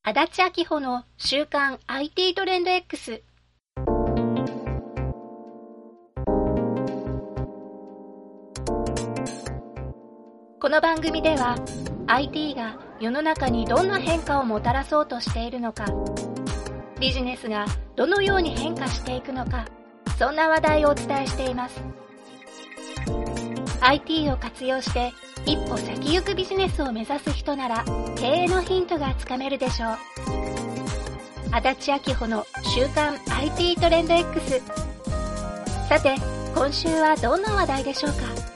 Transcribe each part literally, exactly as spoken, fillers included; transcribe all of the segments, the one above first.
足立明穂の週刊 アイティー トレンド X。 この番組では アイティー が世の中にどんな変化をもたらそうとしているのか、ビジネスがどのように変化していくのか、そんな話題をお伝えしています。 アイティー を活用して一歩先行くビジネスを目指す人なら経営のヒントがつかめるでしょう。足立明穂の週刊 アイティー トレンド X。 さて今週はどんな話題でしょうか。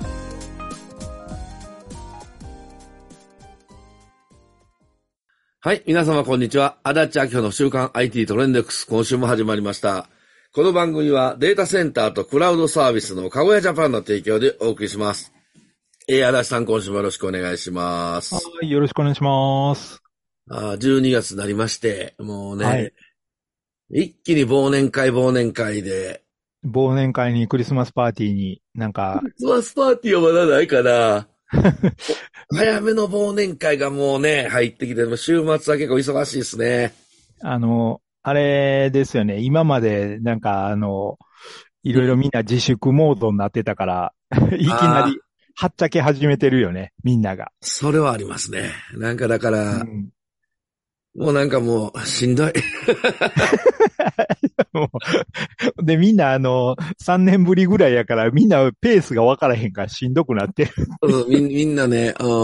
はい、皆様こんにちは。足立明穂の週刊 アイティー トレンド X、 今週も始まりました。この番組はデータセンターとクラウドサービスのかごやジャパンの提供でお送りします。えー、足立さん、今週もよろしくお願いします。 はい、よろしくお願いします。 あ、じゅうにがつになりまして、もうね、 はい、 一気に忘年会忘年会で。 忘年会にクリスマスパーティーになんか。 クリスマスパーティーはまだないかな。早めの忘年会がもうね、入ってきて、週末は結構忙しいですね。 あの、あれですよね、今までなんかあの、いろいろみんな自粛モードになってたから、いきなりはっちゃけ始めてるよね、みんなが。 それはありますね。なんかだから、うん、もうなんかもうしんどい。 もうで、みんなあの、さんねんぶりぐらいやからみんなペースが分からへんからしんどくなってる。 うん、み, みんなね、うん。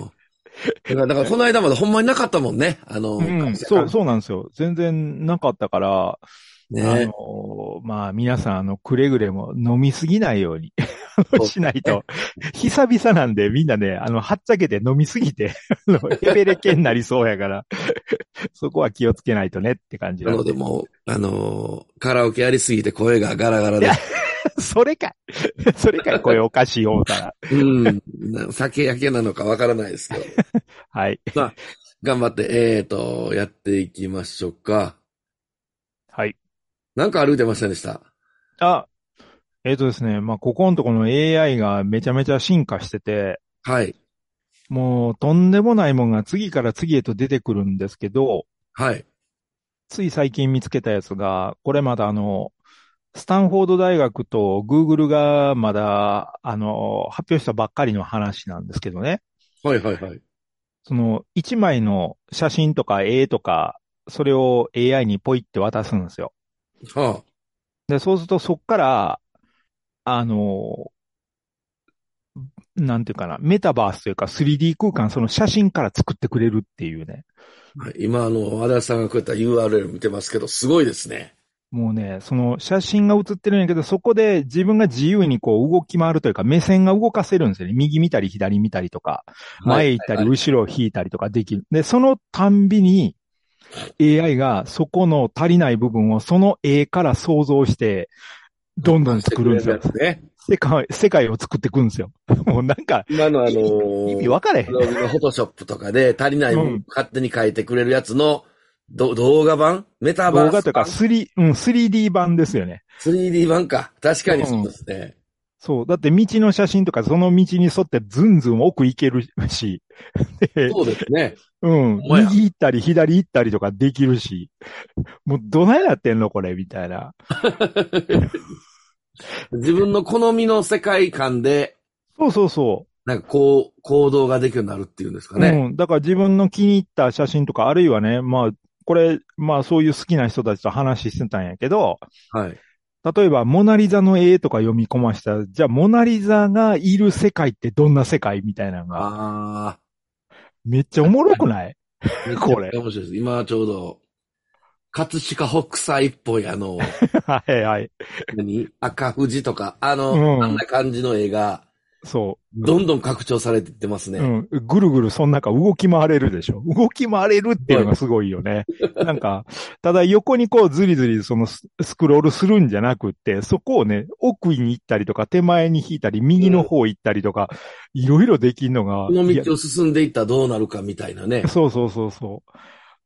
だから、だからこの間までほんまになかったもんね。あの、 うん、そう、そうなんですよ。全然なかったから、ね、あの、まあ皆さんあの、くれぐれも飲みすぎないようにしないと、久々なんでみんなね、あの、はっちゃけて飲みすぎて、あの、ヘベレケになりそうやから、そこは気をつけないとねって感じなのでもう、あの、カラオケやりすぎて声がガラガラで。 それかい。それかい、声おかしい思うたら。 うん。酒焼けなのかわからないですけど。 はい。 まあ、頑張って、えーと、やっていきましょうか。 はい。 なんか歩いてませんでした？ あ、えっとですね、まあ、ここのところの エーアイ がめちゃめちゃ進化してて、 はい。 もう、とんでもないもんが次から次へと出てくるんですけど、 はい。 つい最近見つけたやつが、これまだあの、スタンフォード大学とグーグルがまだ、あの、発表したばっかりの話なんですけどね。 はいはいはい。 その、一枚の写真とか絵とか、それを エーアイ にポイって渡すんですよ。 はあ。 で、そうするとそっから、あの、なんていうかな、メタバースというか スリーディー 空間、その写真から作ってくれるっていうね。 はい、今、あの、和田さんがくれた ユーアールエル 見てますけど、すごいですね。 もうね、その写真が写ってるんやけど、そこで自分が自由にこう動き回るというか、目線が動かせるんですよね。右見たり左見たりとか、前行ったり後ろ引いたりとかできる。で、そのたんびに エーアイ がそこの足りない部分をその絵から想像して、どんどん作るんですよ。ね、世界、世界を作っていくんですよ。もうなんか、 今のあのー、 意味分かれへん。 フォトショップとかで足りない部分勝手に書いてくれるやつの、ど動画版メタバース版動画というか、スリー、うん、スリーディー 版ですよね。 スリーディー 版か。確かにそうですね。うん、 そう。だって道の写真とかその道に沿ってずんずん奥行けるし。 そうですね。 うん。右行ったり左行ったりとかできるし。もうどないなってんのこれみたいな。 自分の好みの世界観で。 そうそうそう。 なんかこう、行動ができるようになるっていうんですかね。 うん。だから自分の気に入った写真とか、あるいはね、まあ、これ、まあそういう好きな人たちと話してたんやけど、 はい。 例えば、モナリザの絵とか読み込ましたら、じゃあ、モナリザがいる世界ってどんな世界みたいなのが。 ああ。 めっちゃおもろくないこれ。 面白いです。今ちょうど、葛飾北斎っぽいあの、 はいはい。 何赤富士とか、あの、うん、あんな感じの絵が、 そう。 どんどん拡張されていってますね。 うん。ぐるぐるその中動き回れるでしょ。動き回れるっていうのがすごいよね。なんか、ただ横にこうずりずりそのスクロールするんじゃなくって、そこをね、奥に行ったりとか、手前に引いたり、右の方行ったりとか、いろいろできんのが。 この道を進んでいったらどうなるかみたいなね。 そうそうそうそう。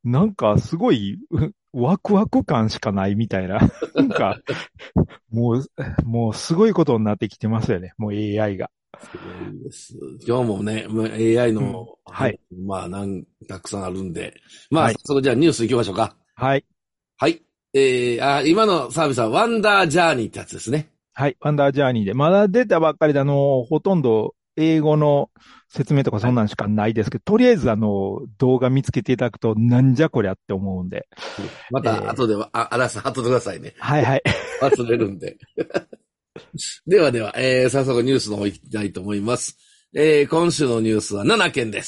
なんかすごい、ワクワク感しかないみたいな。なんか、もう、もうすごいことになってきてますよね。もう エーアイ が。 すごいです。今日もね、エーアイの、うん、 はい。 まあ、なん、たくさんあるんで。まあ、はい、それじゃあニュース行きましょうか。 はい。 はい。えー、あ、今のサービスはワンダージャーニーってやつですね。 はい。ワンダージャーニーで。まだ出たばっかりで、あの、ほとんど英語の説明とかそんなんしかないですけど、はい、とりあえずあの、動画見つけていただくと、なんじゃこりゃって思うんで。 また、後では、えー、あ、あらさん、後でくださいね。 はいはい。 忘れるんで。ではでは、えー、早速ニュースの方行きたいと思います。えー、今週のニュースはななけんです。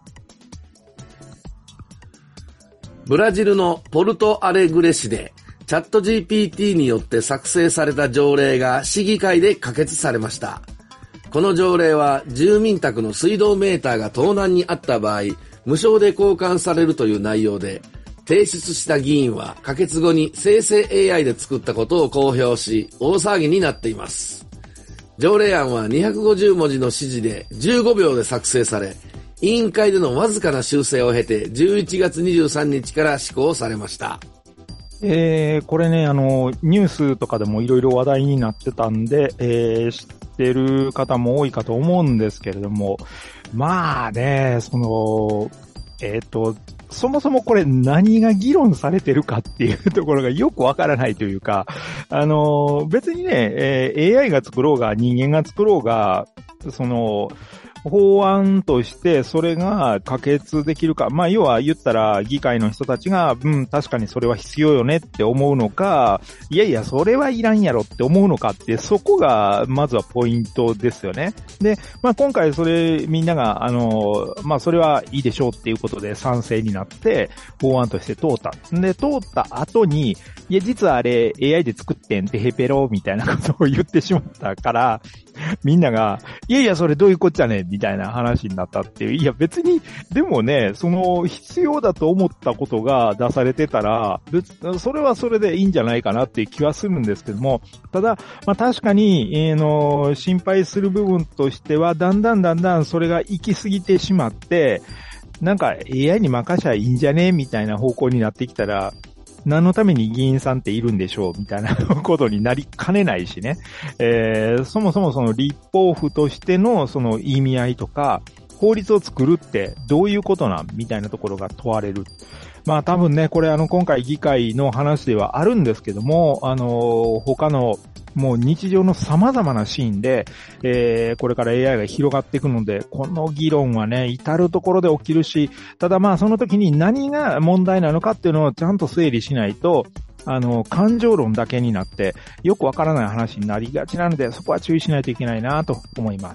ブラジルのポルトアレグレ市で、チャット ジーピーティー によって作成された条例が市議会で可決されました。この条例は住民宅の水道メーターが盗難にあった場合、無償で交換されるという内容で、提出した議員は可決後に生成 エーアイ で作ったことを公表し、大騒ぎになっています。条例案はにひゃくごじゅうもじの指示でじゅうごびょうで作成され、委員会でのわずかな修正を経てじゅういちがつにじゅうさんにちから施行されました。 えー、これね、あの、ニュースとかでもいろいろ話題になってたんで、えー、知ってる方も多いかと思うんですけれども、まあね、その、えっと、そもそもこれ何が議論されてるかっていうところがよくわからないというか、あの、別にね、えー、エーアイ が作ろうが人間が作ろうが、その、法案としてそれが可決できるか。まあ、要は言ったら議会の人たちが、うん、確かにそれは必要よねって思うのか、いやいや、それはいらんやろって思うのかって、そこがまずはポイントですよね。で、まあ今回それみんなが、あの、まあそれはいいでしょうっていうことで賛成になって法案として通った。で、通った後に、いや、実はあれ エーアイ で作ってんてへペロみたいなことを言ってしまったから、みんなが、いやいや、それどういうこっちゃねんみたいな話になったっていう。いや、別に、でもね、その、必要だと思ったことが出されてたら、別、それはそれでいいんじゃないかなっていう気はするんですけども、ただ、まあ確かに、えー、の、心配する部分としては、だんだんだんだんそれが行き過ぎてしまって、なんか エーアイ に任しゃいいんじゃねみたいな方向になってきたら、何のために議員さんっているんでしょうみたいなことになりかねないしね。えー、そもそもその立法府としてのその意味合いとか、法律を作るってどういうことなんみたいなところが問われる。まあ多分ね、これあの今回議会の話ではあるんですけども、あの、他のもう日常の様々なシーンで、えー、これから エーアイ が広がっていくので、この議論はね、至るところで起きるし、ただまあその時に何が問題なのかっていうのをちゃんと整理しないと、あの、感情論だけになって、よくわからない話になりがちなので、そこは注意しないといけないなと思います。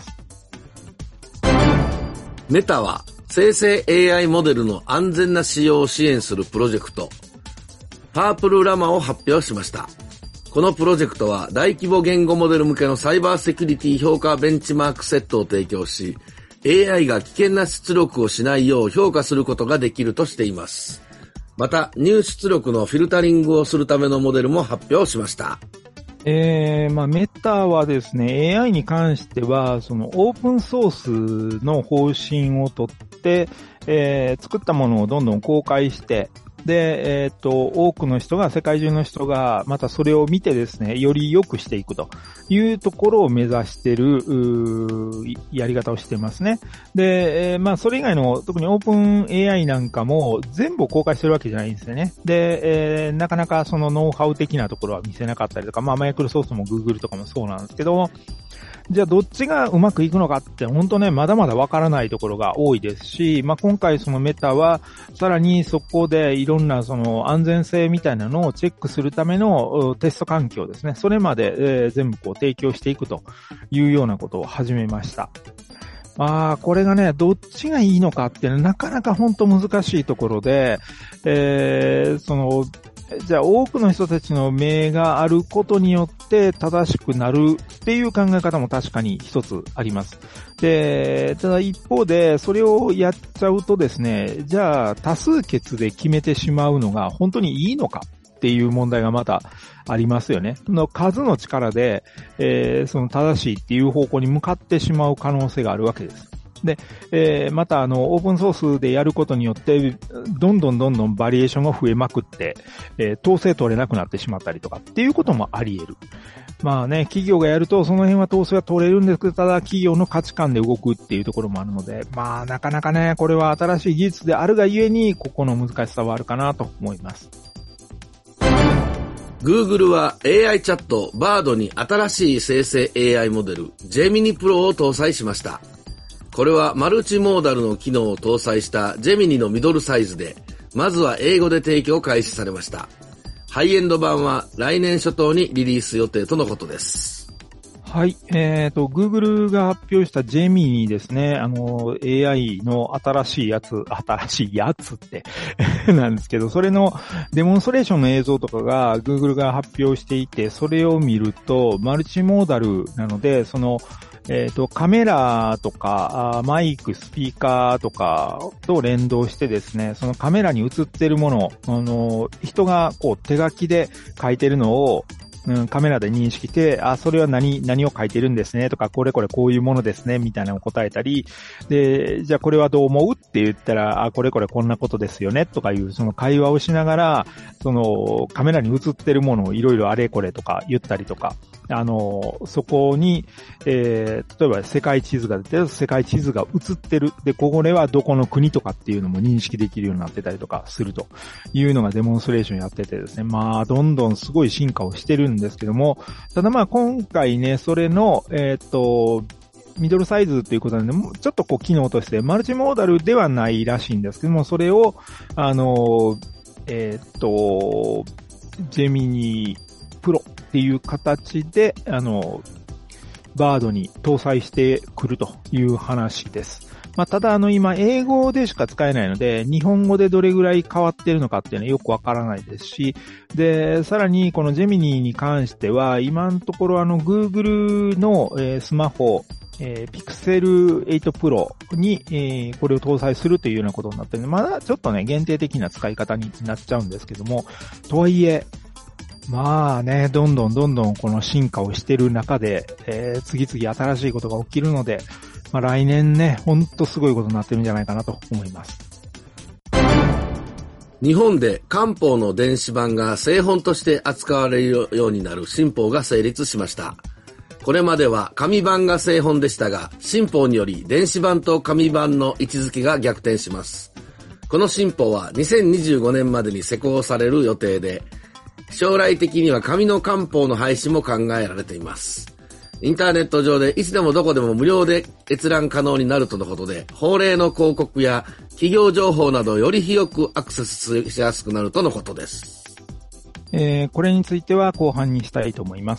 メタは生成 エーアイ モデルの安全な使用を支援するプロジェクト、パープルラマを発表しました。このプロジェクトは大規模言語モデル向けのサイバーセキュリティ評価ベンチマークセットを提供し、エーアイ が危険な出力をしないよう評価することができるとしています。また、入出力のフィルタリングをするためのモデルも発表しました。 えー、まあ、メタはですね、エーアイ に関しては、そのオープンソースの方針をとって、えー、作ったものをどんどん公開して、で、えっと、多くの人が、世界中の人が、またそれを見てですね、より良くしていくというところを目指している、やり方をしていますね。で、えー、まあ、それ以外の、特にオープン エーアイ なんかも全部公開してるわけじゃないんですよね。で、えー、なかなかそのノウハウ的なところは見せなかったりとか、まあ、マイクロソフトも Google とかもそうなんですけど、じゃあどっちがうまくいくのかって本当ね、まだまだわからないところが多いですし、まあ、今回そのメタはさらにそこでいろんなその安全性みたいなのをチェックするためのテスト環境ですね。それまで、えー、全部こう提供していくというようなことを始めました。まあ、これがね、どっちがいいのかってなかなか本当難しいところで、えー、その、じゃあ多くの人たちの目があることによって正しくなるっていう考え方も確かに一つあります。で、ただ一方でそれをやっちゃうとですね、じゃあ多数決で決めてしまうのが本当にいいのかっていう問題がまたありますよね。の数の力で、えー、その正しいっていう方向に向かってしまう可能性があるわけです。で、えー、またあの、オープンソースでやることによって、どんどんどんどんバリエーションが増えまくって、えー、統制取れなくなってしまったりとかっていうこともあり得る。 まあね、企業がやるとその辺は統制は取れるんですけど、ただ企業の価値観で動くっていうところもあるので、まあなかなかね、これは新しい技術であるがゆえに、ここの難しさはあるかなと思います。 Google は エーアイ チャット Bard に新しい生成 エーアイ モデル Gemini Pro を搭載しました。これはマルチモーダルの機能を搭載した Gemini のミドルサイズで、まずは英語で提供開始されました。ハイエンド版は来年初頭にリリース予定とのことです。 はい。えっと、Google が発表した Gemini ですね。あの、エーアイ の新しいやつ、新しいやつってなんですけど、それのデモンストレーションの映像とかが Google が発表していて、それを見ると、マルチモーダルなので、その、えっと、カメラとか、マイク、スピーカーとかと連動してですね、そのカメラに映ってるもの、あの、人がこう手書きで書いてるのを、うん、カメラで認識して、あ、それは何、何を書いてるんですねとか、これこれこういうものですね、みたいなのを答えたり、で、じゃあこれはどう思うって言ったら、あ、これこれこんなことですよね、とかいう、その会話をしながら、そのカメラに映ってるものをいろいろあれこれとか言ったりとか、あの、そこに、えー、例えば世界地図が出て、世界地図が映ってる。で、これはどこの国とかっていうのも認識できるようになってたりとかするというのがデモンストレーションやっててですね。まあ、どんどんすごい進化をしてるんですけども、ただまあ今回ね、それの、えっと、ミドルサイズということなんで、ちょっとこう機能としてマルチモーダルではないらしいんですけども、それを、あの、えっと、ジェミニプロっていう形で、あの、バードに搭載してくるという話です。まあ、ただあの今英語でしか使えないので、日本語でどれぐらい変わってるのかっていうのはよくわからないですし、で、さらにこのジェミニーに関しては、今のところあの Google の、えー、スマホ、えー、Pixel エイト Pro に、えー、これを搭載するというようなことになってるので、まだちょっとね、限定的な使い方になっちゃうんですけども、とはいえ、まあね、どんどんどんどんこの進化をしている中で、えー、次々新しいことが起きるので、まあ来年ね、ほんとすごいことになってるんじゃないかなと思います。 日本で官報の電子版が製本として扱われるようになる新法が成立しました。これまでは紙版が製本でしたが、新法により電子版と紙版の位置づけが逆転します。この新法はにせんにじゅうごねんまでに施行される予定で、将来的には紙の官報の廃止も考えられています。インターネット上でいつでもどこでも無料で閲覧可能になるとのことで、法令の広告や企業情報などより広くアクセスしやすくなるとのことです。 えー、これについては後半にしたいと思います。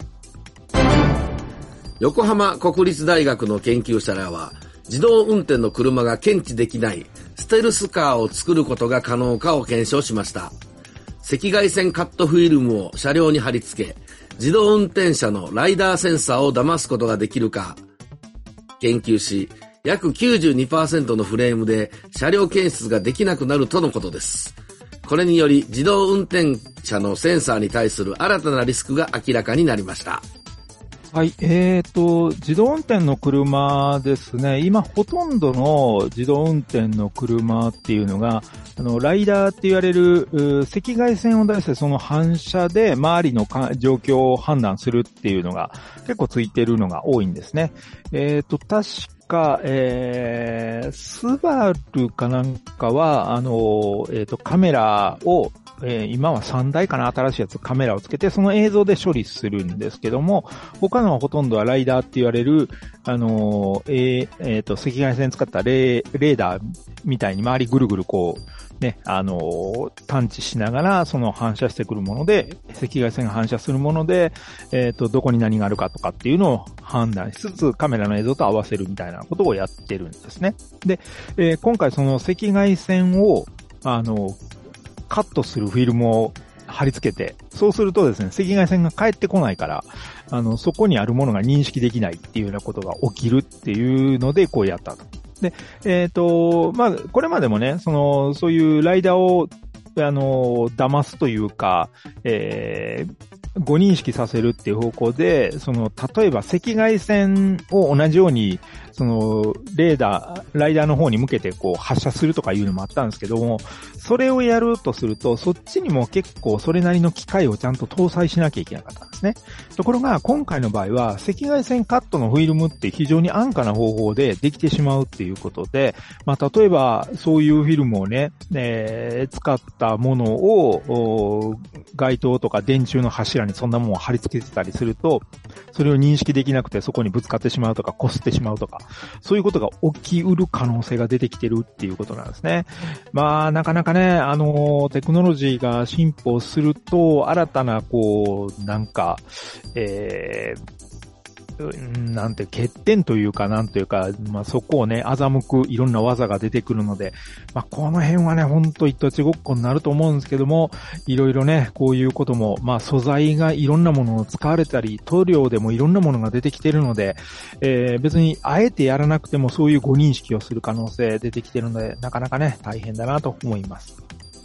横浜国立大学の研究者らは、自動運転の車が検知できないステルスカーを作ることが可能かを検証しました。赤外線カットフィルムを車両に貼り付け、自動運転車のライダーセンサーを騙すことができるか研究し、約 きゅうじゅうにパーセント のフレームで車両検出ができなくなるとのことです。これにより自動運転車のセンサーに対する新たなリスクが明らかになりました。 はい、えーと、自動運転の車ですね。今ほとんどの自動運転の車っていうのが、あの、ライダーって言われる、赤外線を出してその反射で周りの状況を判断するっていうのが結構ついてるのが多いんですね。えーと、確か、えー、スバルかなんかは、あの、えーと、カメラをえー、今はさんだいかな、新しいやつ、カメラをつけて、その映像で処理するんですけども、他のはほとんどはライダーって言われる、あのー、えー、えー、と、赤外線使ったレー、レーダーみたいに周りぐるぐるこう、ね、あのー、探知しながら、その反射してくるもので、赤外線が反射するもので、えー、と、どこに何があるかとかっていうのを判断しつつ、カメラの映像と合わせるみたいなことをやってるんですね。で、えー、今回その赤外線を、あのー、カットするフィルムを貼り付けて、そうするとですね、赤外線が返ってこないから、あの、そこにあるものが認識できないっていうようなことが起きるっていうので、こうやったと。で、えっと、まあ、これまでもね、その、そういうライダーを、あの、騙すというか、えー、 誤認識させるっていう方向で、その、例えば赤外線を同じように、その、レーダー、ライダーの方に向けてこう発射するとかいうのもあったんですけども、それをやるとすると、そっちにも結構それなりの機械をちゃんと搭載しなきゃいけなかったんですね。ところが、今回の場合は、赤外線カットのフィルムって非常に安価な方法でできてしまうっていうことで、まあ、例えば、そういうフィルムをね、えー、使ったものを、街灯とか電柱の柱にそんなものを貼り付けてたりすると、それを認識できなくてそこにぶつかってしまうとか、擦ってしまうとか、そういうことが起きうる可能性が出てきてるっていうことなんですね。まあ、なかなかね、あの、テクノロジーが進歩すると、新たな、こう、なんか、えー、なんて欠点というかなんというか、まあそこをね、欺くいろんな技が出てくるので、まあこの辺はね、ほんと一touchごっこになると思うんですけども、いろいろね、こういうことも、まあ素材がいろんなものを使われたり、塗料でもいろんなものが出てきてるので、えー、別にあえてやらなくてもそういう誤認識をする可能性出てきてるので、なかなかね、大変だなと思います。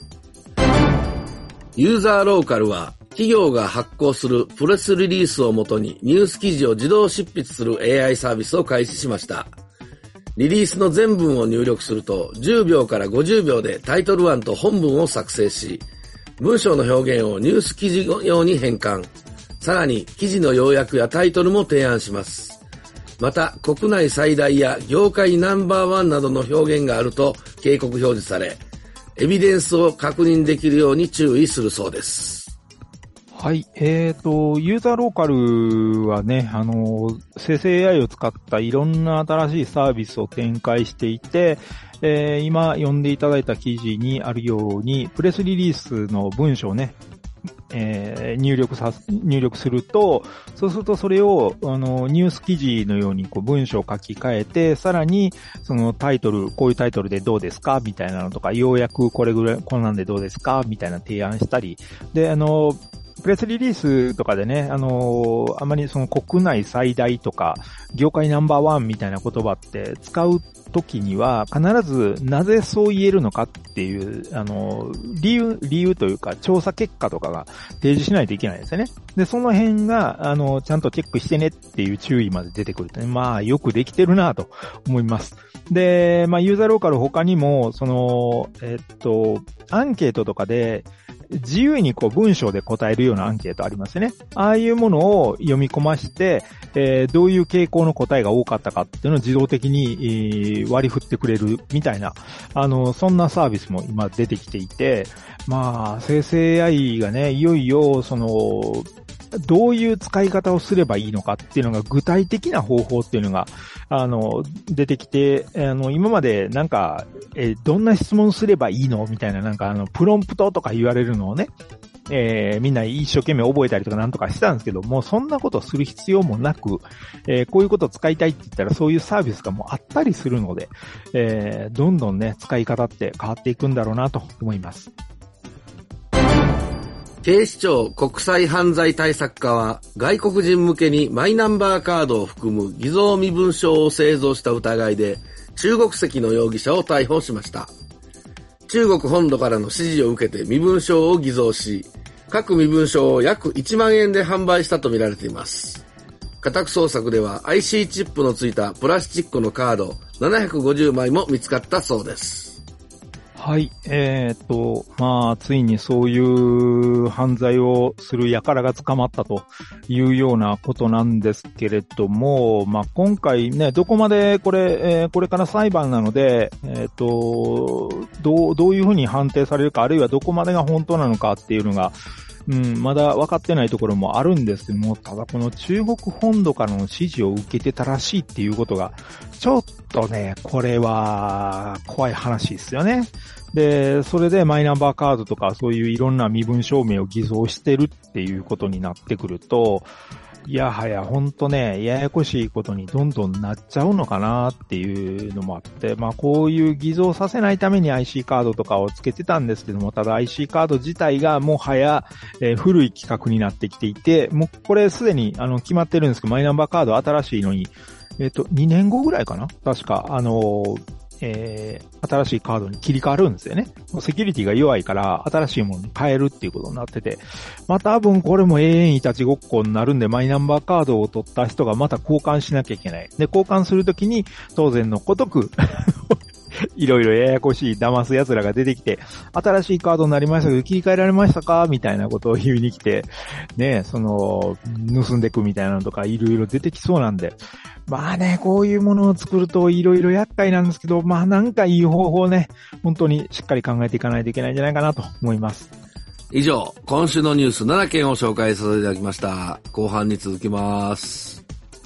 ユーザーローカルは、企業が発行するプレスリリースをもとにニュース記事を自動執筆する エーアイ サービスを開始しました。リリースの全文を入力するとじゅうびょうからごじゅうびょうでタイトル案と本文を作成し、文章の表現をニュース記事用に変換。さらに記事の要約やタイトルも提案します。また国内最大や業界ナンバーワンなどの表現があると警告表示され、エビデンスを確認できるように注意するそうです。 はい。えっと、ユーザーローカルはね、あの、生成 エーアイ を使ったいろんな新しいサービスを展開していて、えー、今読んでいただいた記事にあるように、プレスリリースの文章をね、えー、入力さ、入力すると、そうするとそれを、あの、ニュース記事のようにこう文章を書き換えて、さらに、そのタイトル、こういうタイトルでどうですかみたいなのとか、ようやくこれぐらい、こんなんでどうですかみたいな提案したり、で、あの、プレスリリースとかでね、あのー、あまりその国内最大とか、業界ナンバーワンみたいな言葉って使うときには、必ずなぜそう言えるのかっていう、あのー、理由、理由というか、調査結果とかが提示しないといけないんですよね。で、その辺が、あのー、ちゃんとチェックしてねっていう注意まで出てくるとね、まあ、よくできてるなと思います。で、まあ、ユーザーローカル他にも、その、えっと、アンケートとかで、自由にこう文章で答えるようなアンケートありますね。ああいうものを読み込まして、えー、どういう傾向の答えが多かったかっていうのを自動的に、えー、割り振ってくれるみたいな、あの、そんなサービスも今出てきていて、まあ、生成 エーアイ がね、いよいよ、その、どういう使い方をすればいいのかっていうのが具体的な方法っていうのが、あの、出てきて、あの、今までなんか、え、どんな質問すればいいのみたいな、なんかあの、プロンプトとか言われるのをね、えー、みんな一生懸命覚えたりとかなんとかしてたんですけども、そんなことする必要もなく、えー、こういうことを使いたいって言ったらそういうサービスがもうあったりするので、えー、どんどんね、使い方って変わっていくんだろうなと思います。 警視庁国際犯罪対策課は外国人向けにマイナンバーカードを含む偽造身分証を製造した疑いで中国籍の容疑者を逮捕しました。中国本土からの指示を受けて身分証を偽造し、各身分証を約いちまんえんで販売したとみられています。家宅捜索では アイシー チップのついたプラスチックのカードななひゃくごじゅうまいも見つかったそうです。 はい。えー、っと、まあ、ついにそういう犯罪をする輩が捕まったというようなことなんですけれども、まあ、今回ね、どこまでこれ、えー、これから裁判なので、えー、っと、どう、どういうふうに判定されるか、あるいはどこまでが本当なのかっていうのが、うん、まだ分かってないところもあるんですけども、ただこの中国本土からの指示を受けてたらしいっていうことが、ちょっとね、これは怖い話ですよね。で、それでマイナンバーカードとかそういういろんな身分証明を偽造してるっていうことになってくると、いやはやほんとね、ややこしいことにどんどんなっちゃうのかなっていうのもあって、まあこういう偽造させないために アイシー カードとかをつけてたんですけども、ただ アイシー カード自体がもはや、えー、古い規格になってきていて、もうこれすでにあの決まってるんですけど、マイナンバーカード新しいのに、えっと、にねんごぐらいかな確か、あのー、 えー、新しいカードに切り替わるんですよね。セキュリティが弱いから、新しいものに変えるっていうことになってて、まあ多分これも永遠いたちごっこになるんで、マイナンバーカードを取った人がまた交換しなきゃいけない。で、交換するときに、当然のごとく、いろいろややこしい騙す奴らが出てきて、新しいカードになりましたけど、切り替えられましたかみたいなことを言いに来て、ね、その、盗んでくみたいなのとかいろいろ出てきそうなんで、まあね、こういうものを作るといろいろ厄介なんですけど、まあなんかいい方法をね、本当にしっかり考えていかないといけないんじゃないかなと思います。 以上、今週のニュースななけんを紹介させていただきました。後半に続きます。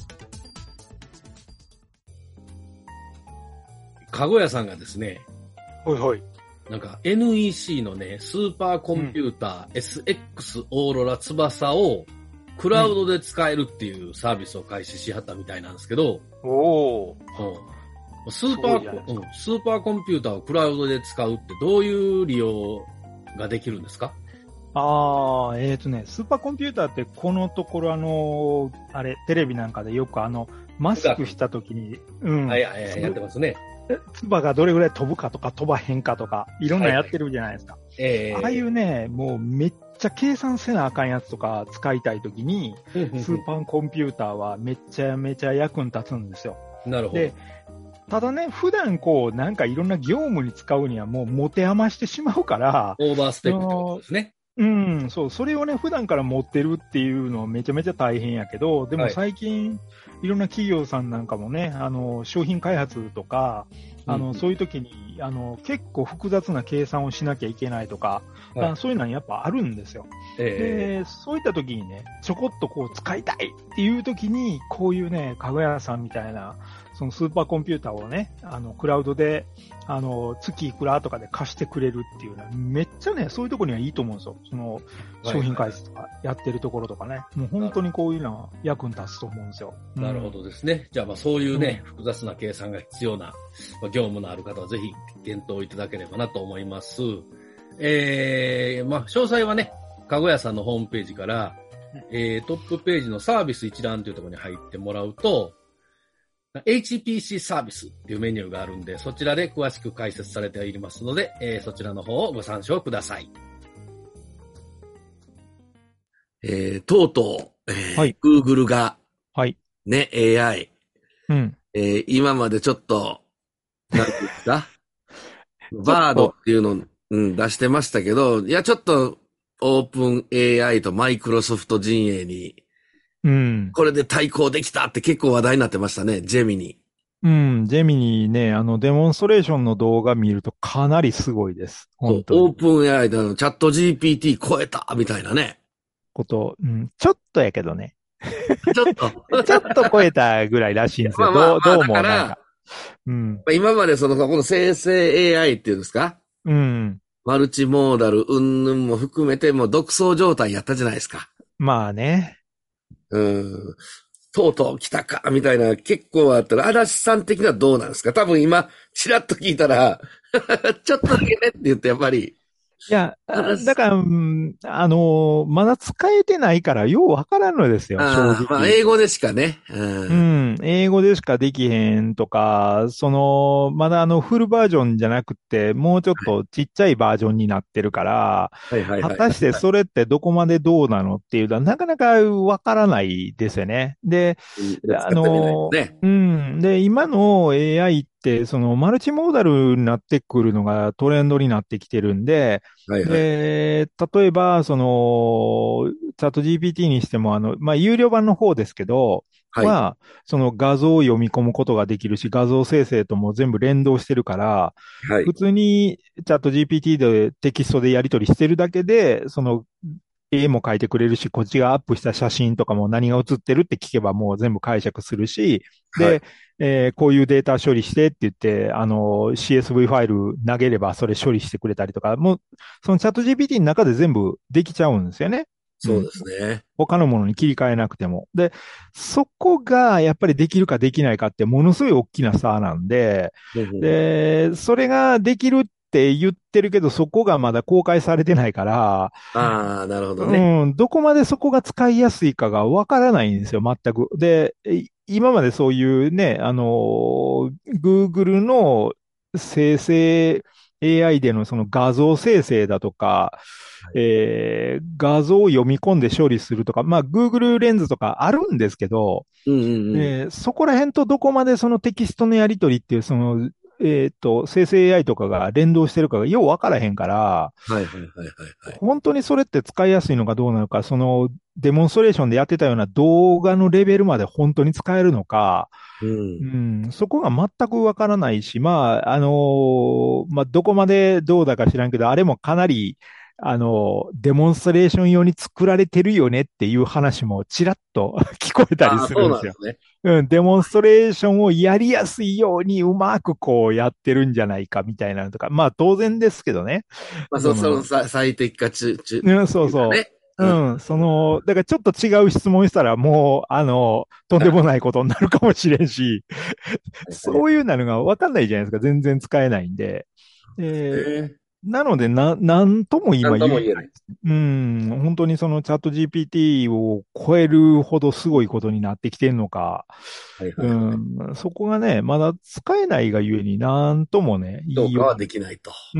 かごやさんがですね、 ほいほい。 なんか エヌイーシー のね、スーパーコンピューター、うん、エスエックス オーロラ翼をクラウドで使えるっていうサービスを開始しはったみたいなんですけど、 おー。 うん、スーパー、うん、スーパーコンピューターをクラウドで使うってどういう利用ができるんですか？ ああ、えっとね、スーパーコンピューターってこのところあの、あれ、テレビなんかでよくあの、マスクしたときに、うん。 はいはいはい、やってますね。 唾がどれぐらい飛ぶかとか飛ばへんかとか、いろんなやってるじゃないですか。はいはい、えー、ああいうね、もうめっちゃ計算せなあかんやつとか使いたいときに、スーパーコンピューターはめちゃめちゃ役に立つんですよ。 なるほど。 で、ただね、普段こう、なんかいろんな業務に使うにはもう持て余してしまうから、 オーバースペックってことですね。 うん、そう、それをね、普段から持ってるっていうのはめちゃめちゃ大変やけど、でも最近、はい、いろんな企業さんなんかもね、あの、商品開発とか、あの、うん、そういう時に、あの、結構複雑な計算をしなきゃいけないとか、はい、そういうのはやっぱあるんですよ。えー、で、そういった時にね、ちょこっとこう使いたいっていう時に、こういうね、かごやさんみたいな、そのスーパーコンピューターをね、あの、クラウドで、あの、月いくらとかで貸してくれるっていうのは、めっちゃね、そういうところにはいいと思うんですよ。その、商品開発とかやってるところとかね。もう本当にこういうのは役に立つと思うんですよ。 なるほどですね。じゃあまあそういうね、うん、複雑な計算が必要な、まあ、業務のある方はぜひ検討いただければなと思います。えー、まあ詳細はね、かごやさんのホームページから、えー、トップページのサービス一覧というところに入ってもらうと、エイチピーシー サービスっていうメニューがあるんで、そちらで詳しく解説されていますので、えー、そちらの方をご参照ください。えー、とうとう、えーはい、Google が、 はい。 ね、エーアイ。 うん。 えー、今までちょっと、なんていうんですかバードっていうのを、うん、出してましたけど、いや、ちょっと、オープン エーアイ とマイクロソフト陣営に、 うん。 これで対抗できたって結構話題になってましたね、ジェミニ。 うん、ジェミニね、あの、デモンストレーションの動画見るとかなりすごいです。本当に。 オープン エーアイ でのチャット ジーピーティー 超えたみたいなね。 こと、うん、ちょっとやけどね。 ちょっとちょっと超えたぐらいらしいんですよ。まあまあまあ、どう、どうもなんか。うん。 今までその、この生成 エーアイ っていうんですか？ うん。 マルチモーダル、うんぬんも含めてもう独走状態やったじゃないですか。 まあね。 うん。とうとう来たか、みたいな結構あったら、足立さん的にはどうなんですか？多分今、ちらっと聞いたら、ちょっとだけねって言ってやっぱり。 いや、だから、うん、あのー、まだ使えてないから、ようわからんのですよ、正直。 まあ、英語でしかね、 うん。うん、英語でしかできへんとか、その、まだあの、フルバージョンじゃなくて、もうちょっとちっちゃいバージョンになってるから、 はいはいはい、 果たしてそれってどこまでどうなのっていうのは、なかなかわからないですよね。で、あの、ね、うん。で、今の エーアイって、その、マルチモーダルになってくるのがトレンドになってきてるんで、はいはい、で、例えば、その、チャット ジーピーティー にしても、あの、まあ、有料版の方ですけど、はい、は、その画像を読み込むことができるし、画像生成とも全部連動してるから、はい、普通にチャット ジーピーティー でテキストでやり取りしてるだけで、その、絵も描いてくれるし、こっちがアップした写真とかも何が写ってるって聞けばもう全部解釈するし、で、はい、えー、こういうデータ処理してって言って、あの、シーエスブイ ファイル投げればそれ処理してくれたりとか、もう、そのチャット ジーピーティー の中で全部できちゃうんですよね。 そうですね、うん。 他のものに切り替えなくても。で、そこがやっぱりできるかできないかってものすごい大きな差なんで、で、それができるって言ってるけど、そこがまだ公開されてないから、 ああ、なるほどね。 うん、どこまでそこが使いやすいかがわからないんですよ、全く。で、今までそういうね、あの、Google の生成 エーアイ でのその画像生成だとか、 はい。 えー画像を読み込んで処理するとか、まあ Google レンズとかあるんですけど、 うんうんうん。 えーそこら辺とどこまでそのテキストのやり取りっていう、その、えっと、生成 エーアイ とかが連動してるかがようわからへんから、 はいはいはいはいはい。 本当にそれって使いやすいのかどうなのか、そのデモンストレーションでやってたような動画のレベルまで本当に使えるのか、 うん。 うん、そこが全くわからないし、まあ、あのーまあ、どこまでどうだか知らんけど、あれもかなり、あのーデモンストレーション用に作られてるよねっていう話もちらっと聞こえたりああ、そうするんですよ。 なんですね。 うん、デモンストレーションをやりやすいようにうまくこうやってるんじゃないかみたいなのとか、まあ当然ですけどね。 まあ、そ、 その、 そのさ最適化中、中、っうん、そうそていうかね。 う。 うん。 うん、その、だからちょっと違う質問したらもう、あの、とんでもないことになるかもしれんし、 はいはい。 そういうなのがわかんないじゃないですか。全然使えないんで。えーええ、 なので、な、なんともなん今言えない。 とも言えない。 うん、本当にそのチャット ジーピーティー を超えるほどすごいことになってきてるのか、 はいはいうはい。 ん、そこがね、まだ使えないがゆえになんともね、言いよ評価はできないと。 う。うん、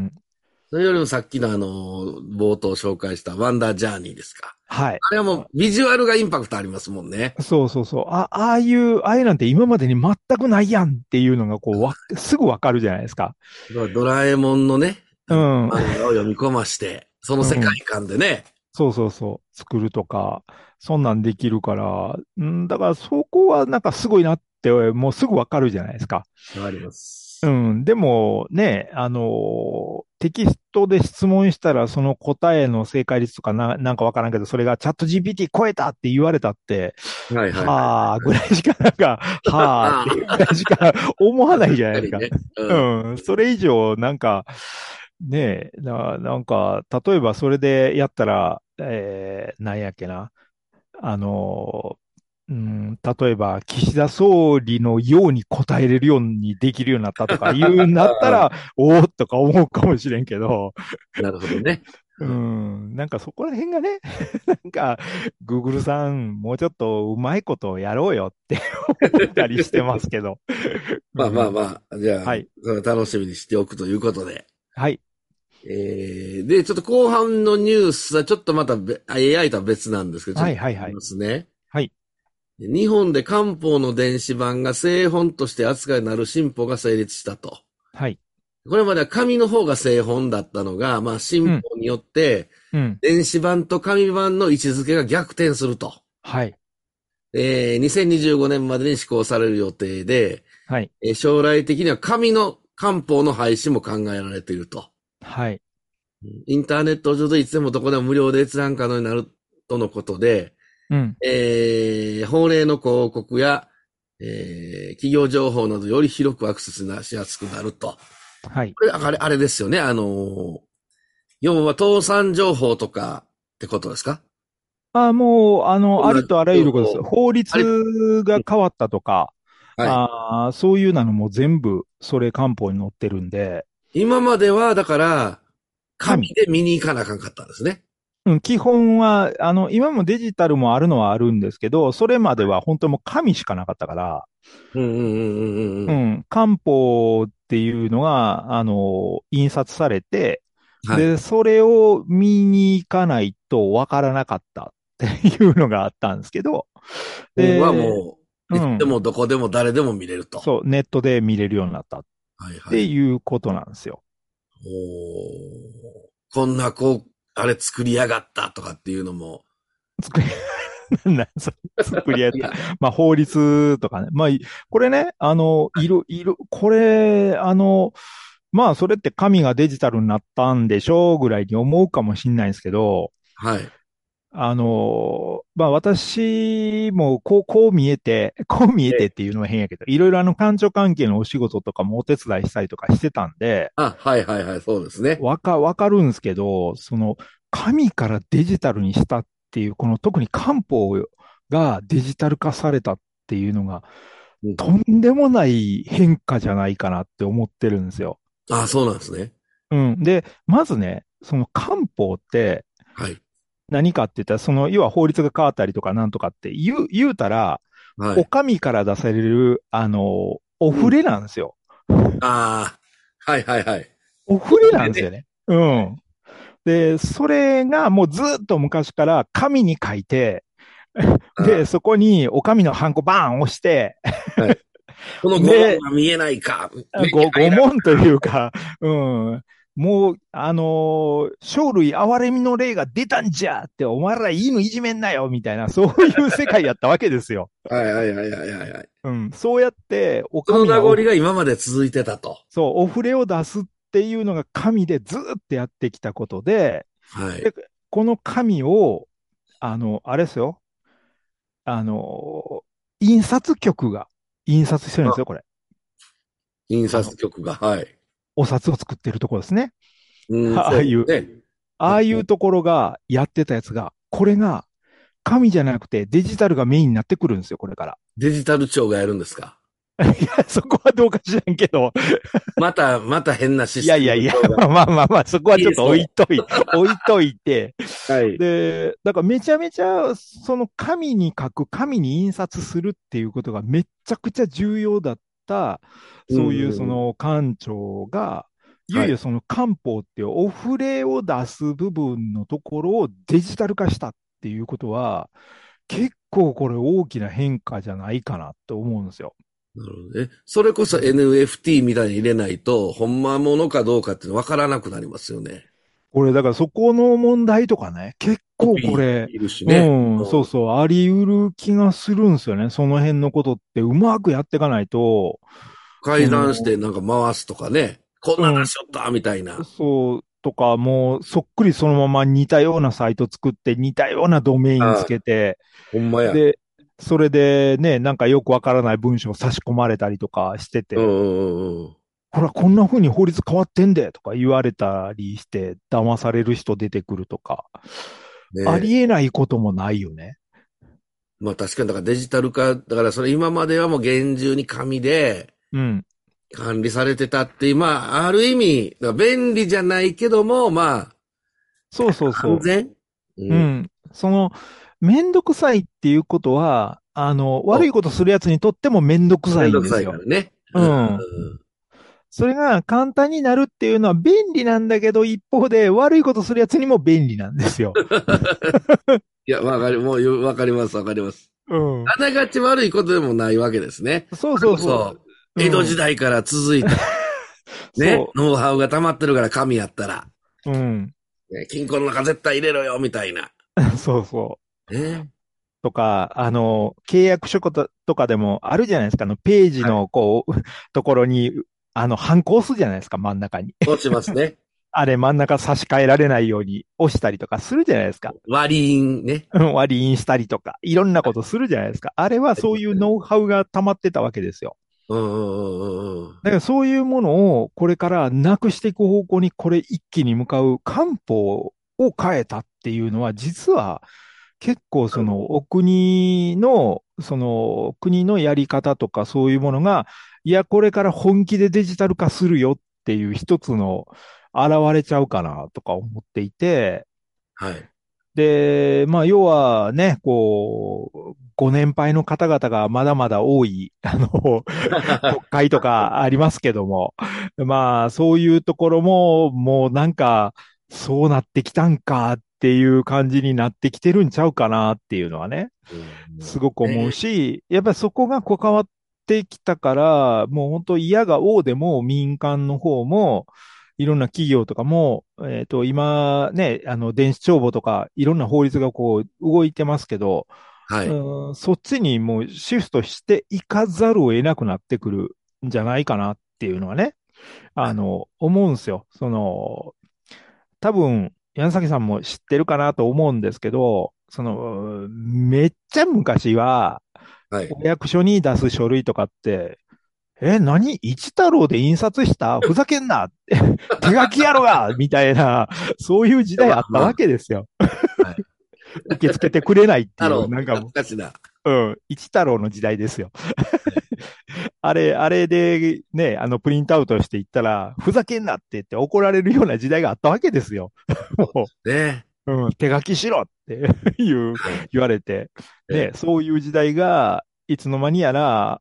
それよりもさっきのあの、冒頭紹介したワンダージャーニーですか。 はい。 あれはもうビジュアルがインパクトありますもんね。 そうそうそう。あ、ああいう、ああいうなんて今までに全くないやんっていうのがこう、わ、すぐわかるじゃないですか。 ドラえもんのね、あの、 うん、 漫画を読み込まして、その世界うん。 観でね。 そうそうそう。作るとか、そんなんできるから、んだからそこはなんかすごいなって、もうすぐわかるじゃないですか。 あります。 うん。でもね、あの、テキストで質問したらその答えの正解率とかな、なんかわからんけど、それがチャット ジーピーティー 超えたって言われたって、 はいはいはい。 はあ、ぐらいしかなんか、はあっていうぐらいしか思わないじゃないですか。 確かにね。うん。 うん。それ以上、なんか、ねえ、な、なんか、例えばそれでやったら、えー、なんやっけな。あの、うん、例えば、岸田総理のように答えれるようにできるようになったとか言うんだったら、おーっとか思うかもしれんけど、 なるほどね。 うん、なんかそこら辺がね、なんか、Google さん、もうちょっとうまいことやろうよって思ったりしてますけど。 まあまあうん、 まあ、じゃあ、 はい、 それ楽しみにしておくということで。 はい、 えー、で、ちょっと後半のニュースはちょっとまたべ エーアイ とは別なんですけど、ちょっはい、 とはい、 言いはい、 ますね。 はい、 日本で官報の電子版が製本として扱いになる新法が成立したと。 はい、 これまでは紙の方が製本だったのが、まあ新うん、 法によって、 うん、 電子版と紙版の位置づけが逆転すると。 はい、 えー、にせんにじゅうごねんまでに施行される予定で、 はい、 えー将来的には紙の官報の廃止も考えられていると。 はい、 インターネット上でいつでもどこでも無料で閲覧可能になるとのことで、 うん、 えー、法令の広告や、えー、企業情報などより広くアクセスしやすくなると。 はい。 これ、あれ、あれですよね。あのー要は倒産情報とかってことですか？ あ、もう、あの、あこんなりとあらゆることです。 情報。 法あれ、 律が変わったとか、 はい。 あーそういうのも全部、それ官報に載ってるんで、 今までは、だから、紙紙。 で見に行かなあかんかったんですね。 うん、基本は、あの、今もデジタルもあるのはあるんですけど、それまでは本当もう紙しかなかったから、 うんうんうんうんうん。 うん、官報っていうのが、あの、印刷されて、 はい。 で、それを見に行かないとわからなかったっていうのがあったんですけど、 本はで、 もう、いつでうん、 もどこでも誰でも見れると。 そう、ネットで見れるようになったっはいはい。 ていうことなんですよ。 おー、こんな、こう、あれ作りやがったとかっていうのも。 作り、なんそれ作りやった。 いや、 まあ、法律とかね。まあ、いこれね、あの、いろ、いろ、これ、あの、まあ、それって紙がデジタルになったんでしょうぐらいに思うかもしれないんですけど、 はい。 あの、まあ私もこう、こう見えて、こう見えええ。 てっていうのは変やけど、いろいろあの官庁関係のお仕事とかもお手伝いしたりとかしてたんで、 あ、はいはいはい、そうですね。 わか、わかるんですけど、その、紙からデジタルにしたっていう、この特に官報がデジタル化されたっていうのが、 うん。 とんでもない変化じゃないかなって思ってるんですよ。 あ、そうなんですね。 うん。で、まずね、その官報ってはい。 何かって言ったら、その、要は法律が変わったりとかなんとかって言う、言うたら、 はい。 お上から出される、あの、おうん。 触れなんですよ。 ああ、はいはいはい。 お触れなんですよね。うん。で、それがもうずっと昔から紙に書いて、で、 あそこにお上のハンコバーン押して、 あ、はい。この拷問で、 が見えないか、目にご、 入らん。 拷問というか、うん、もう、あのー生類憐れみの霊が出たんじゃって、お前ら犬いじめんなよみたいな、そういう世界やったわけですよ。 はいはいはいはいはいはい。 うん、そうやって、おその名上はお、 残が今まで続いてたと。 そう、お触れを出すっていうのが神でずっとやってきたことで、 はい。 で、この神を、あの、あれですよ、あの、印刷局が印刷してるんですよ、こあ、 れ。 印あの、 刷局が、はい。 お札を作ってるところですね。 うん、 ああいう、 そうね。 ああいうところがやってたやつが、これが紙じゃなくてデジタルがメインになってくるんですよ、これから。 デジタル庁がやるんですか？ いや、そこはどうか知らんけど、 また、また変なシステムいやいやいや、 庁が。 まあまあまあまあ、そこはちょっと置い消えそといて、置いといて、 う。はい。 で、だからめちゃめちゃ、その紙に書く、紙に印刷するっていうことがめちゃくちゃ重要だった、 うんそういううんうん。 その官庁が、いよはい。 いよその官報っていうお触れを出す部分のところをデジタル化したっていうことは、結構これ大きな変化じゃないかなと思うんですよ。 なるほどね。それこそ エヌエフティー みたいに入れないと、ほんまものかどうかっていうの分からなくなりますよね。 これ、だからそこの問題とかね、結構こコピれ、 ーいるしね。 うん、そううん。 そう、あり得る気がするんですよね。その辺のことってうまくやっていかないと、そ改ざんしての、 なんか回すとかね。こんなうん、 出しよったみたいな。 そう、とか、もうそっくりそのまま似たようなサイト作って似たようなドメインつああ、 けて、 ほんまや。 で、それでね、なんかよくわからない文章を差し込まれたりとかしてて、 うんうんうんほら、こんな風に法律変わってんでとか言われたりして、騙される人出てくるとか、 うん。ねえ。 ありえないこともないよね。 まあ確かに、だからデジタル化、だからそれ今まではもう厳重に紙でうん。 管理されてたっていう、まあ、ある意味、だから便利じゃないけども、まそうそうあ、安そ全うう。うん。 ん。その、めんどくさいっていうことは、あの、悪いそことするやつにとってもめんどくう。めさんどくさいんですよ。 いからね。うん。 うん。それが簡単になるっていうのは便利なんだけど、一方で悪いことするやつにも便利なんですよ。 いや、わかり、もうよ、わかります、わかります。 うん。 あながち悪いことでもないわけですね。 そうそれそうそこそ、 う。 江戸うん。 時代から続いた、ね、 そノウハウが溜まってるから紙やったら、 う。うん。 ね、金庫の中絶対入れろよ、みたいな。 そうそう。 ね。 とか、あの、契約書こととかでもあるじゃないですか。あの、ページはい。 の、こう、ところに、あの、ハンコ押すじゃないですか、真ん中に。 落ちますね。 あれ、真ん中差し替えられないように押したりとかするじゃないですか。 割り印ね。 うん割り印したりとか、いろんなことするじゃないですか。あれはそういうノウハウが溜まってたわけですよ。 うんうんうんうんうん。 だからそういうものをこれからなくしていく方向にこれ一気に向かう漢方を変えたっていうのは実は結構そのお国のその国のやり方とかそういうものがいやこれから本気でデジタル化するよっていう一つの現れちゃうかなとか思っていてはい。 で、まあ、要はね、こう、ご年配の方々がまだまだ多い、あの、国会とかありますけども、まあ、そういうところも、もうなんか、そうなってきたんかっていう感じになってきてるんちゃうかなっていうのはね、 うん、 すごく思うね。 し、やっぱりそこが関わってきたから、もう本当嫌が王でも民間の方も、いろんな企業とかも、えっと、今ね、あの、電子帳簿とか、いろんな法律がこう、動いてますけど、 はい。 うん、そっちにもうシフトしていかざるを得なくなってくるんじゃないかなっていうのはね、あの、思うんですよ。その、多分、柳崎さんも知ってるかなと思うんですけど、その、めっちゃ昔は、 はい。 お役所に出す書類とかって、え、何一太郎で印刷したふざけんな手書きやろがみたいな、そういう時代まあまあったわけですよ。 あ、はい。 受け付けてくれないっていう、 太郎って懐なんかもかしいな。 う、うん、一太郎の時代ですよ。 はい。 あれ、あれでね、あのプリントアウトしていったら、ふざけんなって言って怒られるような時代があったわけですよ。もね。 う、うん、手書きしろっていう、 はい。 言われて、ね、 ええ、 そういう時代が、いつの間にやら、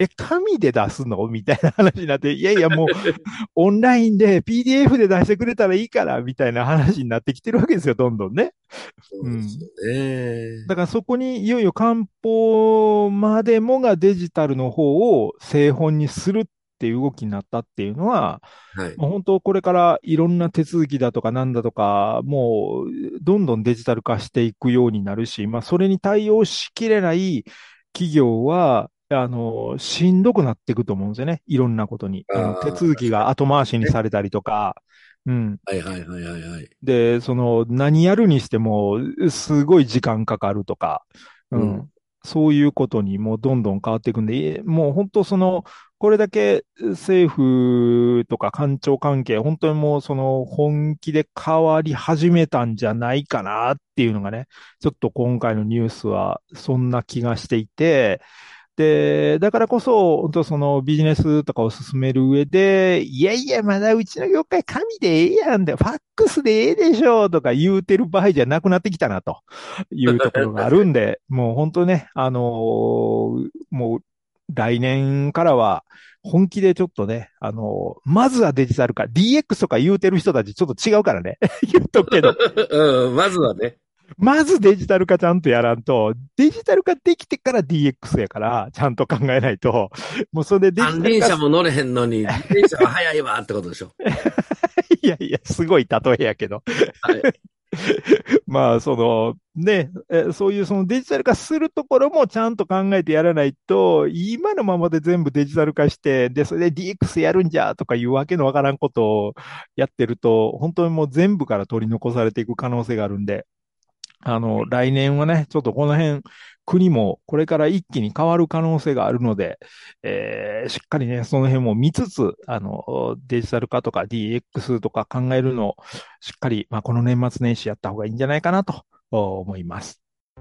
え、紙で出すのみたいな話になって、いやいやもう、オンラインで ピーディーエフ で出してくれたらいいから、みたいな話になってきてるわけですよ、どんどんね。 そうですよね。 だからそこにいよいよ漢方までもがデジタルの方を製本にするっていう動きになったっていうのは、 はい。 もう本当これからいろんな手続きだとかなんだとか、もうどんどんデジタル化していくようになるし、まあそれに対応しきれない企業は、あの、しんどくなっていくと思うんですよね。いろんなことに。あの、手ああ、 続きが後回しにされたりとか、うん。 はいはいはいはいはい。 で、その、何やるにしても、すごい時間かかるとか、ううんん。そういうことにもうどんどん変わっていくんで、もう本当その、これだけ政府とか官庁関係、本当にもうその本気で変わり始めたんじゃないかなっていうのがね、ちょっと今回のニュースはそんな気がしていて、で、だからこそ、本当そのビジネスとかを進める上で、いやいや、まだうちの業界紙でええやんで、ファックスでええでしょとか言うてる場合じゃなくなってきたな、というところがあるんで、もう本当ね、あのーもう来年からは、本気でちょっとね、あのーまずはデジタル化、ディーエックス とか言うてる人たちちょっと違うからね、言っとくけど。 うん、まずはね。 まずデジタル化ちゃんとやらんと、デジタル化できてから ディーエックス やから、ちゃんと考えないと、もうそれでデジタル化。 三輪車も乗れへんのに、自転車は早いわってことでしょ。 いやいや、すごい例えやけど。 はい。 まあ、その、ね、えそういうそのデジタル化するところもちゃんと考えてやらないと、今のままで全部デジタル化して、で、それで ディーエックス やるんじゃとかいうわけのわからんことをやってると、本当にもう全部から取り残されていく可能性があるんで、あの、来年はね、ちょっとこの辺、国もこれから一気に変わる可能性があるので、えー、しっかりね、その辺も見つつ、あの、デジタル化とか ディーエックス とか考えるのを、しっかり、まあ、この年末年始やった方がいいんじゃないかなと思います。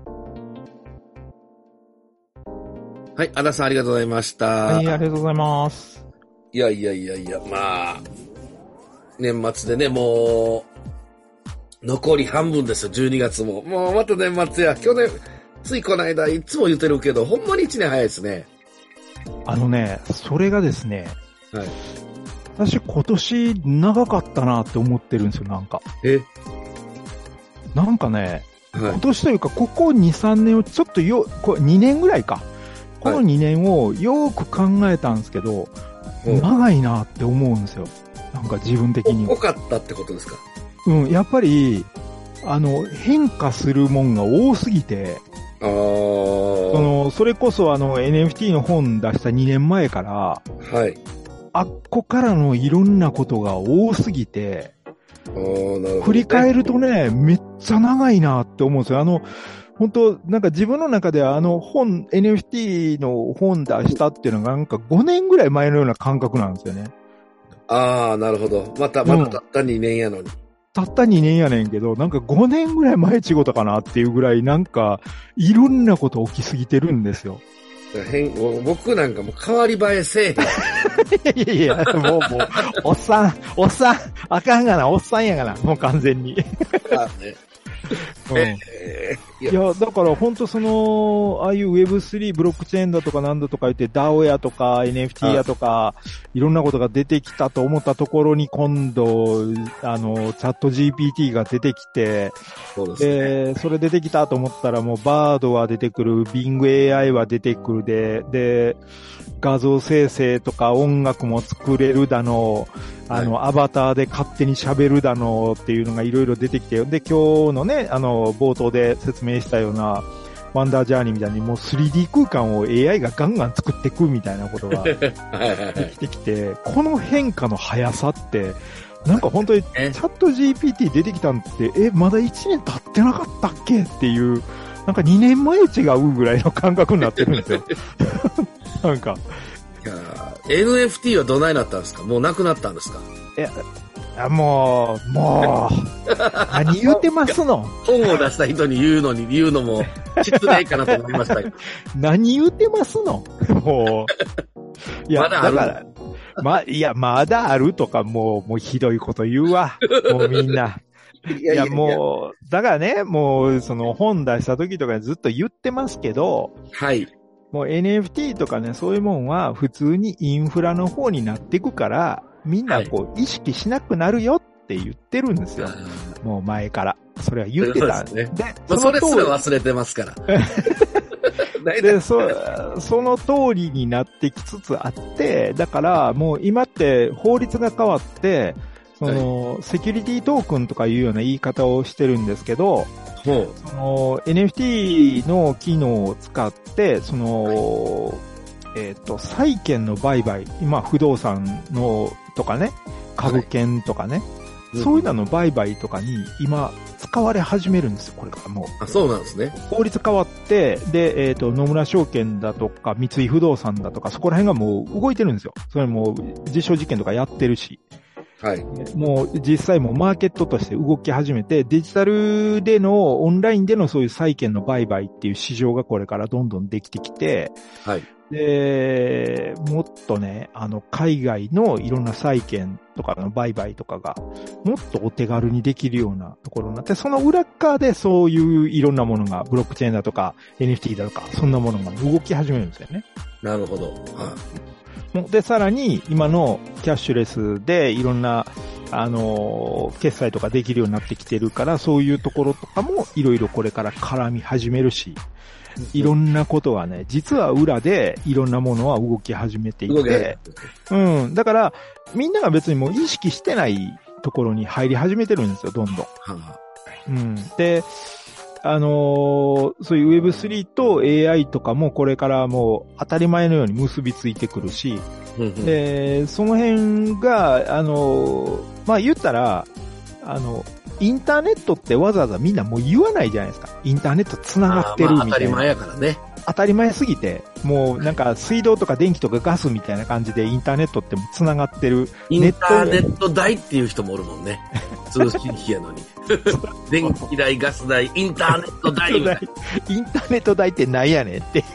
はい、足立さんありがとうございました。 はい、ありがとうございます。 いやいやいやいや、まあ、年末でね、もう、残り半分ですよ、じゅうにがつも。もうまた年末や。去年、ついこの間、いつも言ってるけど、ほんまにいちねん早いですね。 あのね、それがですね、 はい。 私今年長かったなって思ってるんですよ、なんか。 えなんかね、 はい今年というか、ここに、さんねんをちょっとよ、こにねんぐらいか。このにねんをよく考えたんですけど、 うん長いなって思うんですよ。なんか自分的に多かったってことですか？ うん、やっぱり、あの、変化するもんが多すぎて、 ああ。 その、それこそあの エヌエフティー の本出したにねんまえから、 はい。 あっこからのいろんなことが多すぎて、 ああ、なるほど、ね。 振り返るとね、めっちゃ長いなって思うんですよ。あの、本当なんか自分の中ではあの本、エヌエフティー の本出したっていうのがなんかごねんぐらい前のような感覚なんですよね。 ああ、なるほど。また、またたったにねんやのに。 たったにねんやねんけど、なんかごねんぐらい前ちごたかなっていうぐらいなんか、いろんなこと起きすぎてるんですよ。 変僕なんかもう変わり映えせえへん。 いやいやいや、もうもう、おっさん、おっさん、あかんがな、おっさんやがな、もう完全に。 あねうんえー、 いや、だから本当その、ああいう ウェブスリー、ブロックチェーンだとかなんだとか言って、ダオ やとか エヌエフティー やとか、いろんなことが出てきたと思ったところに今度、あの、チャット ジーピーティー が出てきて、 そうですね。 で、それ出てきたと思ったらもうバードは出てくる、Bing エーアイ は出てくるで、で、画像生成とか音楽も作れるだの、あの、はい、アバターで勝手に喋るだのっていうのがいろいろ出てきて、で、今日のね、あの、冒頭で説明したような、ワンダージャーニーみたいにもう スリーディー 空間を エーアイ がガンガン作っていくみたいなことができてきて、この変化の速さって、なんか本当にチャット ジーピーティー 出てきたんって、え、まだいちねん経ってなかったっけっていう、なんかにねんまえ違うぐらいの感覚になってるんですよ。なんか。 いや エヌエフティー はどないなったんですか？もうなくなったんですか？ いや、もう、もう、何言うてますの？ 本を出した人に言うのに言うのも失礼かなと思いましたけど。 何言うてますの？もう。いや、 まだある。 だから、ま、いや、まだあるとか、もう、もうひどいこと言うわ。もうみんな。いや、いやもう、だからね、もう、その本出した時とかずっと言ってますけど、 はい。 もう エヌエフティー とかね、そういうもんは普通にインフラの方になっていくから、みんなこう意識しなくなるよって言ってるんですよ。はい、もう前から。それは言ってた。 そうですね。で、それすら忘れてますから。 で、そ、その通りになってきつつあって、だからもう今って法律が変わって、その、はい、セキュリティトークンとかいうような言い方をしてるんですけど、その エヌエフティー の機能を使って、その、はい、えっと、債券の売買、今不動産のとかね、株券とかね、はい、そういうのの売買とかに今使われ始めるんですよ、これからもう。 あ、そうなんですね。 法律変わって、で、えっと、野村証券だとか、三井不動産だとか、そこら辺がもう動いてるんですよ。それも実証実験とかやってるし。はい。もう実際もマーケットとして動き始めて、デジタルでの、オンラインでのそういう債券の売買っていう市場がこれからどんどんできてきて、はい。で、もっとね、あの、海外のいろんな債券とかの売買とかが、もっとお手軽にできるようなところになって、その裏側でそういういろんなものが、ブロックチェーンだとか、エヌエフティー だとか、そんなものが動き始めるんですよね。 なるほど。はい。 で、さらに、今のキャッシュレスでいろんな、あの、決済とかできるようになってきてるから、そういうところとかもいろいろこれから絡み始めるし、いろんなことがね、実は裏でいろんなものは動き始めていて、うん。だから、みんなが別にもう意識してないところに入り始めてるんですよ、どんどん。うん。で、あのー、そういう ウェブスリー と エーアイ とかもこれからもう当たり前のように結びついてくるし、で、その辺が、あのー、まあ、言ったら、あの、インターネットってわざわざみんなもう言わないじゃないですか。インターネット繋がってるみたいな。 当たり前やからね。 当たり前すぎて、もうなんか水道とか電気とかガスみたいな感じでインターネットっても繋がってる。 インターネット代っていう人もおるもんね。通信費やのに。電気代、ガス代、インターネット代みたいな。 インターネット代って何やねんっていう。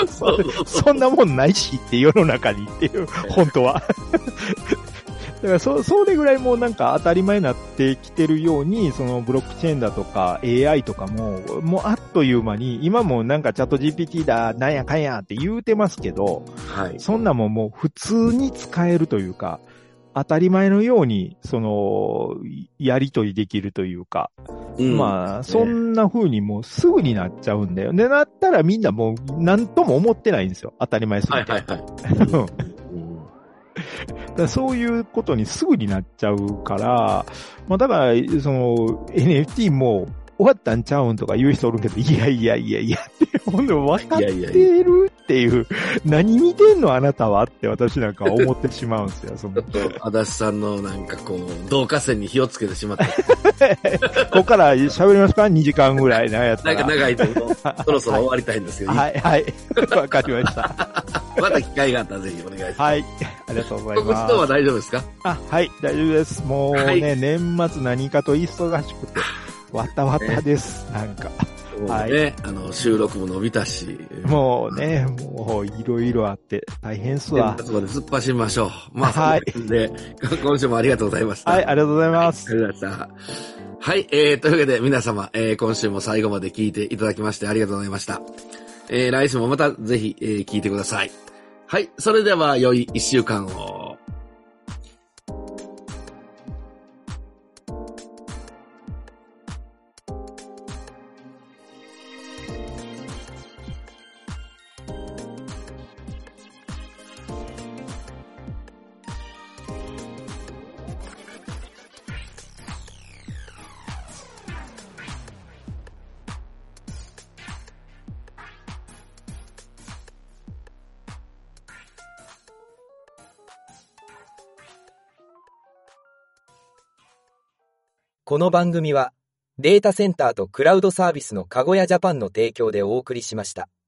そ, そんなもんないしって世の中にっていう、本当は。だからそ、それぐらいもうなんか当たり前になってきてるように、そのブロックチェーンだとか エーアイ とかも、もうあっという間に、今もなんかチャット ジーピーティー だ、なんやかんやって言うてますけど、はい。そんなもんもう普通に使えるというか、当たり前のように、その、やりとりできるというか、うん、まあ、そんな風にもうすぐになっちゃうんだよ。で、なったらみんなもう何とも思ってないんですよ。当たり前すぎて。はいはいはい。だそういうことにすぐになっちゃうから、まあだから、その エヌエフティー も終わったんちゃうんとか言う人おるけど、いやいやいやいやって、ほんで分かってるっていう、何見てんのあなたはって私なんか思ってしまうんですよ。そのちょっと、足立さんのなんかこう、導火線に火をつけてしまった。 ここから喋りますか ?に 時間ぐらいなやつ。 なんか長いとそろそろ終わりたいんですけど。 はい、はい。わかりました。 また機会があったらぜひお願いします。 はい。ありがとうございます。 告知等は大丈夫ですか？ あ、はい、大丈夫です。もうね、はい、年末何かと忙しくて、わたわたです、ね、なんか。 はい。ね、あの、収録も伸びたし。 もうね、もういろいろあって大変っすわ。 年末まで突っ走りましょう。まあ、はい。で、今週もありがとうございました。 はい、ありがとうございます。 ありがとうございました。はい、えー、というわけで皆様、えー、今週も最後まで聞いていただきましてありがとうございました。えー、来週もまたぜひ、えー、聞いてください。はい、それでは良い一週間を。 この番組はデータセンターとクラウドサービスのかごやジャパンの提供でお送りしました。